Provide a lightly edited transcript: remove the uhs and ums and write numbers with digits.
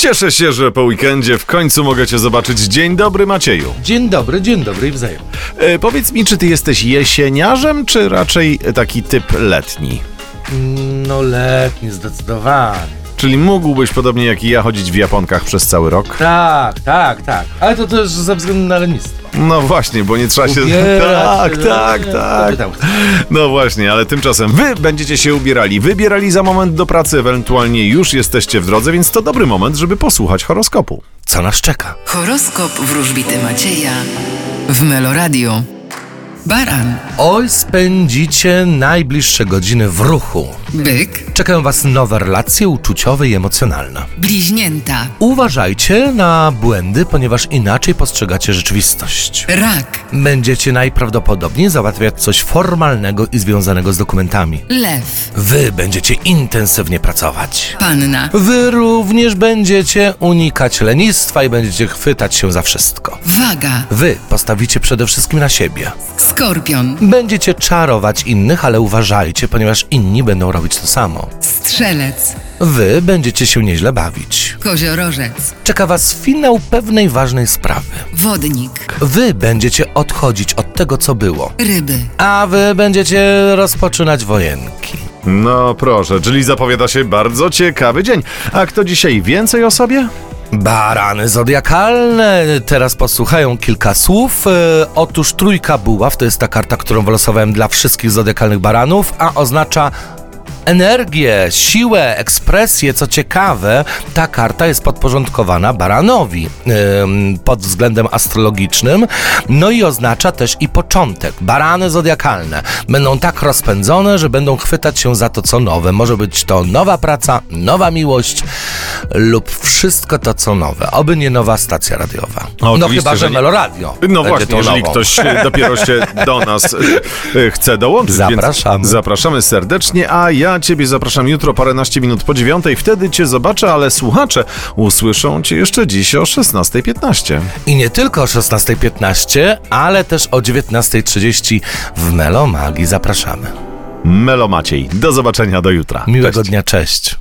Cieszę się, że po weekendzie w końcu mogę cię zobaczyć. Dzień dobry, Macieju. Dzień dobry i wzajemnie. Powiedz mi, czy ty jesteś jesieniarzem, czy raczej taki typ letni? No letni, zdecydowanie. Czyli mógłbyś, podobnie jak i ja, chodzić w japonkach przez cały rok? Tak. Ale to też ze względu na lenistwo. No właśnie, bo nie trzeba się... Tak. No właśnie, ale tymczasem wy będziecie się wybierali za moment do pracy, ewentualnie już jesteście w drodze, więc to dobry moment, żeby posłuchać horoskopu. Co nas czeka? Horoskop wróżbity Macieja w Meloradio. Baran, Oj, spędzicie najbliższe godziny w ruchu. byk, Czekają was nowe relacje uczuciowe i emocjonalne. bliźnięta, Uważajcie na błędy, ponieważ inaczej postrzegacie rzeczywistość. rak, Będziecie najprawdopodobniej załatwiać coś formalnego i związanego z dokumentami. lew, Wy będziecie intensywnie pracować. panna, Wy również będziecie unikać lenistwa i będziecie chwytać się za wszystko. waga, Wy postawicie przede wszystkim na siebie. skorpion, Będziecie czarować innych, ale uważajcie, ponieważ inni będą robić to samo. strzelec, Wy będziecie się nieźle bawić. koziorożec, Czeka was finał pewnej ważnej sprawy. wodnik, Wy będziecie odchodzić od tego, co było. ryby, A wy będziecie rozpoczynać wojenki. No proszę, czyli zapowiada się bardzo ciekawy dzień. A kto dzisiaj więcej o sobie? Barany zodiakalne. Teraz posłuchają kilka słów. Otóż trójka buław to jest ta karta, którą wylosowałem dla wszystkich zodiakalnych baranów, a oznacza energię, siłę, ekspresję. Co ciekawe, ta karta jest podporządkowana baranowi pod względem astrologicznym, no i oznacza też i początek. Barany zodiakalne będą tak rozpędzone, że będą chwytać się za to, co nowe. Może być to nowa praca, nowa miłość lub wszystko to, co nowe. Oby nie nowa stacja radiowa. No Oczywiście, chyba, że że nie. Meloradio. No będzie właśnie, tą jeżeli nową. ktoś dopiero się do nas chce dołączyć. Zapraszamy. Więc zapraszamy serdecznie, a ja ciebie zapraszam jutro paręnaście minut po 9:00. Wtedy cię zobaczę, ale słuchacze usłyszą cię jeszcze dziś o 16:15. I nie tylko o 16:15, ale też o 19:30 w Melo Magii. Zapraszamy. Melo Maciej. Do zobaczenia, do jutra. Miłego Cześć. dnia, cześć.